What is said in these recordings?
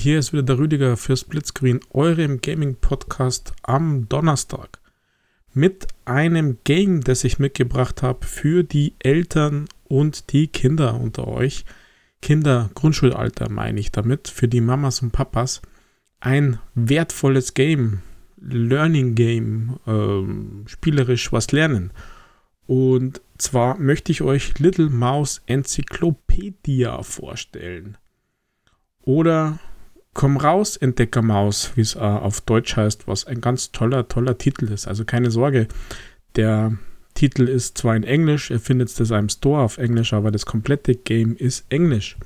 hier ist wieder der Rüdiger für Splitscreen, eurem Gaming-Podcast am Donnerstag. Mit einem Game, das ich mitgebracht habe für die Eltern und die Kinder unter euch. Kinder, Grundschulalter meine ich damit, für die Mamas und Papas. Ein wertvolles Game, Learning Game, spielerisch was lernen. Und zwar möchte ich euch Little Mouse Encyclopedia vorstellen. Oder Komm raus, Entdeckermaus, wie es auf Deutsch heißt, was ein ganz toller Titel ist. Also keine Sorge, der Titel ist zwar in Englisch, ihr findet es in seinem Store auf Englisch, aber das komplette Game ist Englisch.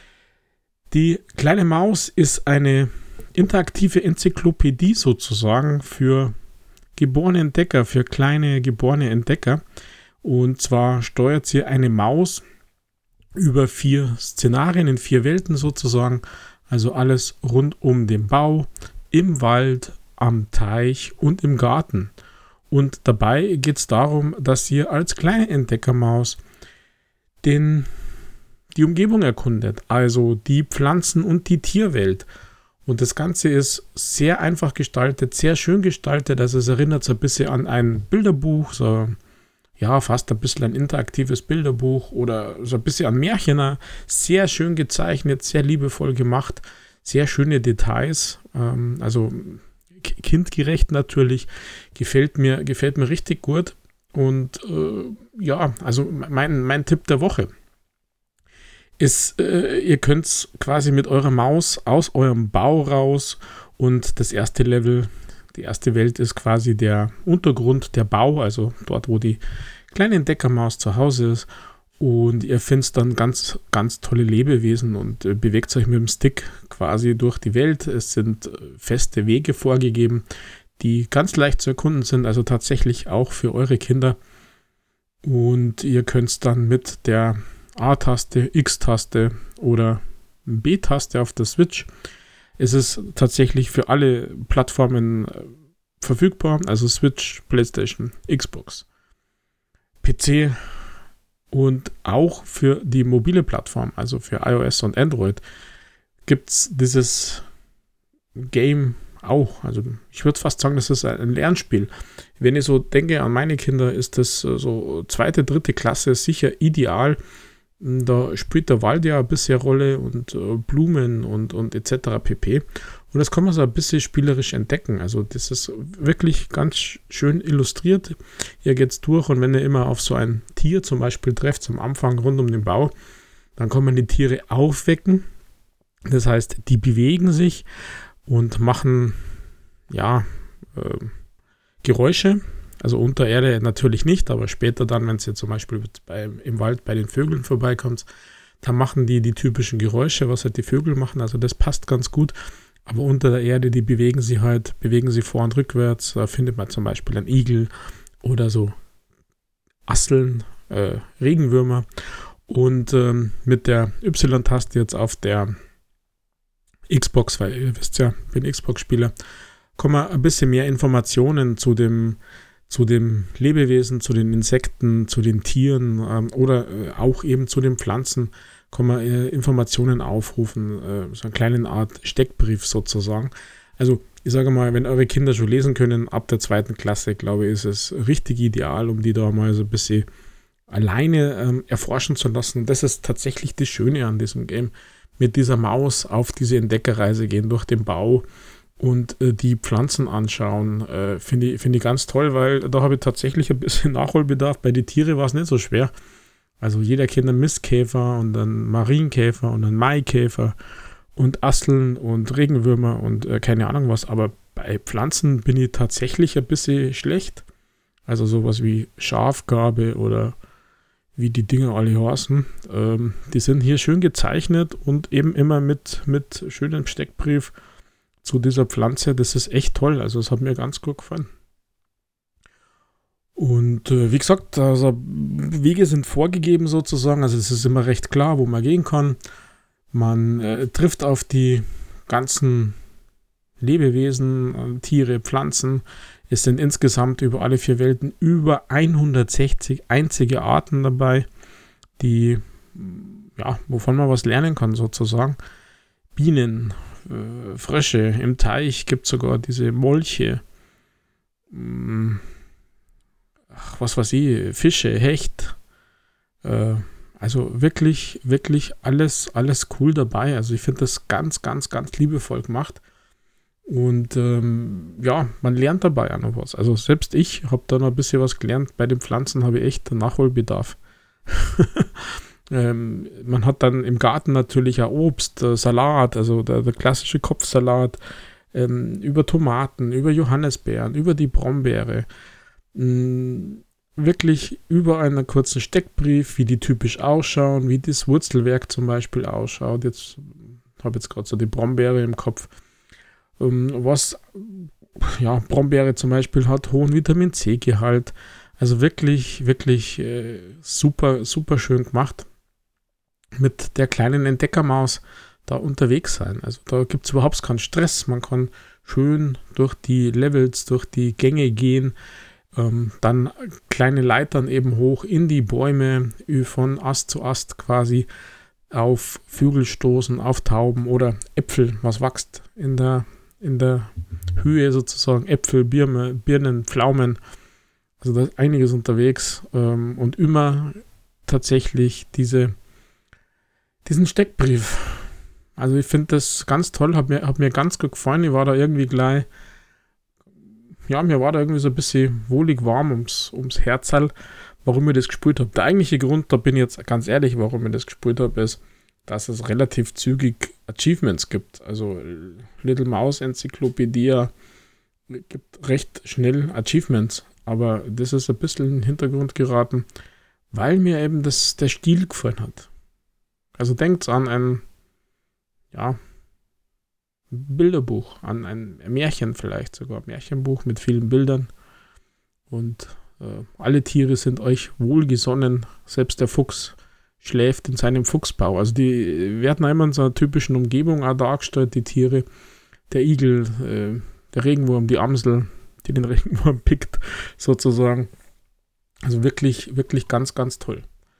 Die kleine Maus ist eine interaktive Enzyklopädie sozusagen für geborene Entdecker, für kleine geborene Entdecker. Und zwar steuert sie eine Maus über 4 Szenarien in 4 Welten sozusagen. Also alles rund um den Bau, im Wald, am Teich und im Garten. Und dabei geht es darum, dass ihr als kleine Entdeckermaus die Umgebung erkundet, also die Pflanzen- und die Tierwelt. Und das Ganze ist sehr einfach gestaltet, sehr schön gestaltet. Also es erinnert so ein bisschen an ein Bilderbuch, so ja, fast ein bisschen ein interaktives Bilderbuch oder so ein bisschen an Märchener. Sehr schön gezeichnet, sehr liebevoll gemacht, sehr schöne Details. Also kindgerecht natürlich. Gefällt mir richtig gut. Und ja, also mein Tipp der Woche ist, ihr könnt es quasi mit eurer Maus aus eurem Bau raus und das erste Level, die erste Welt ist quasi der Untergrund, der Bau, also dort, wo die kleine Entdeckermaus zu Hause ist. Und ihr findet dann ganz tolle Lebewesen und bewegt euch mit dem Stick quasi durch die Welt. Es sind feste Wege vorgegeben, die ganz leicht zu erkunden sind, also tatsächlich auch für eure Kinder. Und ihr könnt es dann mit der A-Taste, X-Taste oder B-Taste auf der Switch. Es ist tatsächlich für alle Plattformen verfügbar, also Switch, PlayStation, Xbox, PC und auch für die mobile Plattform, also für iOS und Android, gibt es dieses Game auch. Also ich würde fast sagen, das ist ein Lernspiel. Wenn ich so denke an meine Kinder, ist das so 2., 3. Klasse sicher ideal. Da spielt der Wald ja ein bisschen Rolle und Blumen und etc. pp. Und das kann man so ein bisschen spielerisch entdecken. Also das ist wirklich ganz schön illustriert. Ihr geht durch und wenn ihr immer auf so ein Tier zum Beispiel trefft, zum Anfang rund um den Bau, dann kann man die Tiere aufwecken. Das heißt, die bewegen sich und machen Geräusche. Also unter Erde natürlich nicht, aber später dann, wenn es jetzt zum Beispiel im Wald bei den Vögeln vorbeikommt, dann machen die typischen Geräusche, was halt die Vögel machen. Also das passt ganz gut. Aber unter der Erde, die bewegen sie vor und rückwärts. Da findet man zum Beispiel einen Igel oder so Asseln, Regenwürmer. Und mit der Y-Taste jetzt auf der Xbox, weil ihr wisst ja, ich bin Xbox-Spieler, kann man ein bisschen mehr Informationen zu dem Lebewesen, zu den Insekten, zu den Tieren oder auch eben zu den Pflanzen, kann man Informationen aufrufen, so eine kleine Art Steckbrief sozusagen. Also ich sage mal, wenn eure Kinder schon lesen können, ab der 2. Klasse, glaube ich, ist es richtig ideal, um die da mal so ein bisschen alleine erforschen zu lassen. Und das ist tatsächlich das Schöne an diesem Game. Mit dieser Maus auf diese Entdeckerreise gehen durch den Bau und die Pflanzen anschauen, finde ich ganz toll, weil da habe ich tatsächlich ein bisschen Nachholbedarf. Bei den Tieren war es nicht so schwer. Also jeder kennt einen Mistkäfer und einen Marienkäfer und einen Maikäfer und Asseln und Regenwürmer und keine Ahnung was. Aber bei Pflanzen bin ich tatsächlich ein bisschen schlecht. Also sowas wie Schafgarbe oder wie die Dinger alle heißen. Die sind hier schön gezeichnet und eben immer mit schönem Steckbrief zu dieser Pflanze. Das ist echt toll. Also es hat mir ganz gut gefallen. Und wie gesagt, also Wege sind vorgegeben sozusagen. Also es ist immer recht klar, wo man gehen kann. Man trifft auf die ganzen Lebewesen, Tiere, Pflanzen. Es sind insgesamt über alle 4 Welten über 160 einzige Arten dabei, wovon man was lernen kann sozusagen. Bienen, Frösche. Im Teich gibt es sogar diese Molche. Was weiß ich, Fische, Hecht. Also wirklich, wirklich alles cool dabei. Also ich finde das ganz, ganz, ganz liebevoll gemacht. Und man lernt dabei auch noch was. Also selbst ich habe da noch ein bisschen was gelernt. Bei den Pflanzen habe ich echt Nachholbedarf. Man hat dann im Garten natürlich auch Obst, Salat, also der klassische Kopfsalat, über Tomaten, über Johannisbeeren, über die Brombeere. Wirklich über einen kurzen Steckbrief, wie die typisch ausschauen, wie das Wurzelwerk zum Beispiel ausschaut. Jetzt habe ich gerade so die Brombeere im Kopf. Was Brombeere zum Beispiel hat hohen Vitamin C-Gehalt. Also wirklich, wirklich super, super schön gemacht. Mit der kleinen Entdeckermaus da unterwegs sein. Also da gibt es überhaupt keinen Stress. Man kann schön durch die Levels, durch die Gänge gehen. Dann kleine Leitern eben hoch in die Bäume, von Ast zu Ast quasi auf Vögel stoßen, auf Tauben oder Äpfel, was wächst in der Höhe sozusagen. Äpfel, Birnen, Pflaumen. Also da ist einiges unterwegs und immer tatsächlich diesen Steckbrief. Also ich finde das ganz toll, hat mir ganz gut gefallen. Ich war da irgendwie gleich, mir war da irgendwie so ein bisschen wohlig warm ums Herzl, warum ich das gespielt habe. Der eigentliche Grund, da bin ich jetzt ganz ehrlich, warum ich das gespielt habe, ist, dass es relativ zügig Achievements gibt. Also Little Mouse Enzyklopädie gibt recht schnell Achievements. Aber das ist ein bisschen in den Hintergrund geraten, weil mir eben der Stil gefallen hat. Also denkt an ein Bilderbuch, an ein Märchen vielleicht sogar. Märchenbuch mit vielen Bildern. Und alle Tiere sind euch wohlgesonnen. Selbst der Fuchs schläft in seinem Fuchsbau. Also die werden immer in so einer typischen Umgebung auch dargestellt, die Tiere. Der Igel, der Regenwurm, die Amsel, die den Regenwurm pickt, sozusagen. Also wirklich, wirklich ganz, ganz toll.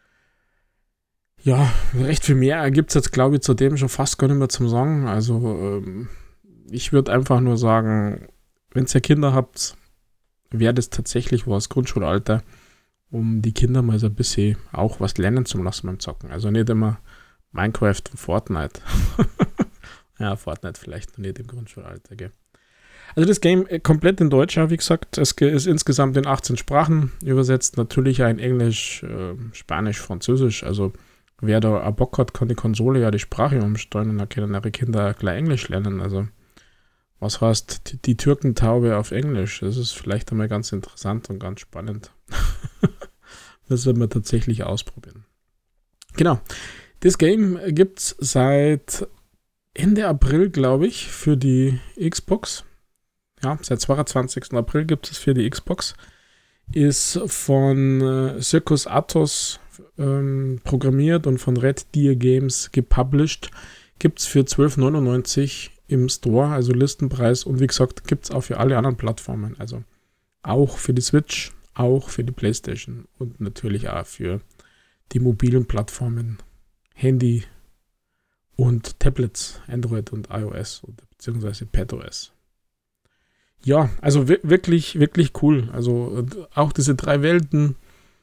Ja, recht viel mehr gibt es jetzt, glaube ich, zu dem schon fast gar nicht mehr zum Sagen. Also ich würde einfach nur sagen, wenn ihr Kinder habt, wäre das tatsächlich was, Grundschulalter, um die Kinder mal so ein bisschen auch was lernen zu lassen beim Zocken. Also nicht immer Minecraft und Fortnite. Ja, Fortnite vielleicht noch nicht im Grundschulalter, gell. Also das Game komplett in Deutsch, ja, wie gesagt, es ist insgesamt in 18 Sprachen übersetzt, natürlich auch in Englisch, Spanisch, Französisch, also wer da einen Bock hat, kann die Konsole ja die Sprache umsteuern und dann können ihre Kinder gleich Englisch lernen, also was heißt die Türkentaube auf Englisch, das ist vielleicht einmal ganz interessant und ganz spannend. Das werden wir tatsächlich ausprobieren. Genau, das Game gibt es seit Ende April, glaube ich, für die Xbox. Ja, seit 22. April gibt es für die Xbox. Ist von Circus Atos programmiert und von Red Deer Games gepublished. Gibt es für 12,99 im Store, also Listenpreis. Und wie gesagt, gibt es auch für alle anderen Plattformen. Also auch für die Switch, auch für die PlayStation und natürlich auch für die mobilen Plattformen, Handy und Tablets, Android und iOS beziehungsweise PadOS. Ja, also wirklich, wirklich cool. Also auch diese 4 Welten,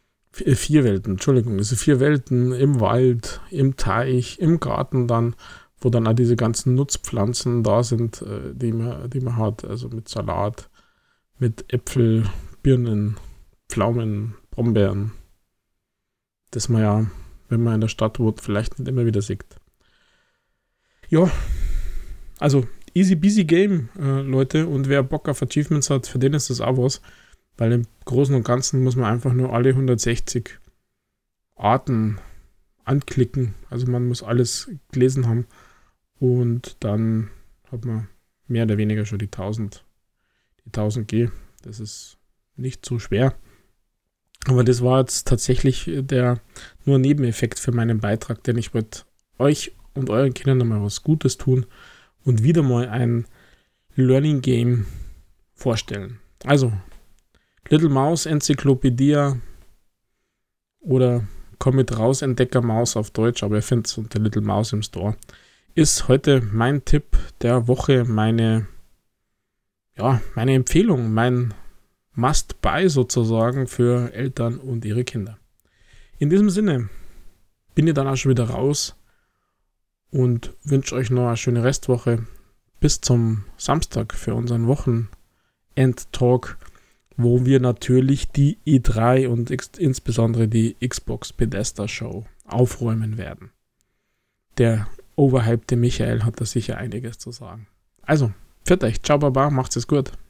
diese 4 Welten im Wald, im Teich, im Garten dann, wo dann auch diese ganzen Nutzpflanzen da sind, die man hat. Also mit Salat, mit Äpfel, Birnen, Pflaumen, Brombeeren. Das man ja, wenn man in der Stadt wohnt, vielleicht nicht immer wieder sieht. Ja, also easy busy Game, Leute. Und wer Bock auf Achievements hat, für den ist das auch was. Weil im Großen und Ganzen muss man einfach nur alle 160 Arten anklicken. Also man muss alles gelesen haben. Und dann hat man mehr oder weniger schon die 1000 G. Das ist nicht so schwer. Aber das war jetzt tatsächlich der nur Nebeneffekt für meinen Beitrag, denn ich wollte euch und euren Kindern nochmal was Gutes tun und wieder mal ein Learning Game vorstellen. Also, Little Mouse Enzyklopädie oder Komm mit raus, Entdecker Maus auf Deutsch, aber ihr findet es unter Little Mouse im Store. ist heute mein Tipp der Woche, meine Empfehlung, mein Must-Buy sozusagen für Eltern und ihre Kinder. In diesem Sinne bin ich dann auch schon wieder raus und wünsche euch noch eine schöne Restwoche. Bis zum Samstag für unseren Wochenend-Talk, wo wir natürlich die E3 und insbesondere die Xbox Bethesda Show aufräumen werden. Der overhypte Michael hat da sicher einiges zu sagen. Also, pfiat euch, ciao baba, macht's es gut.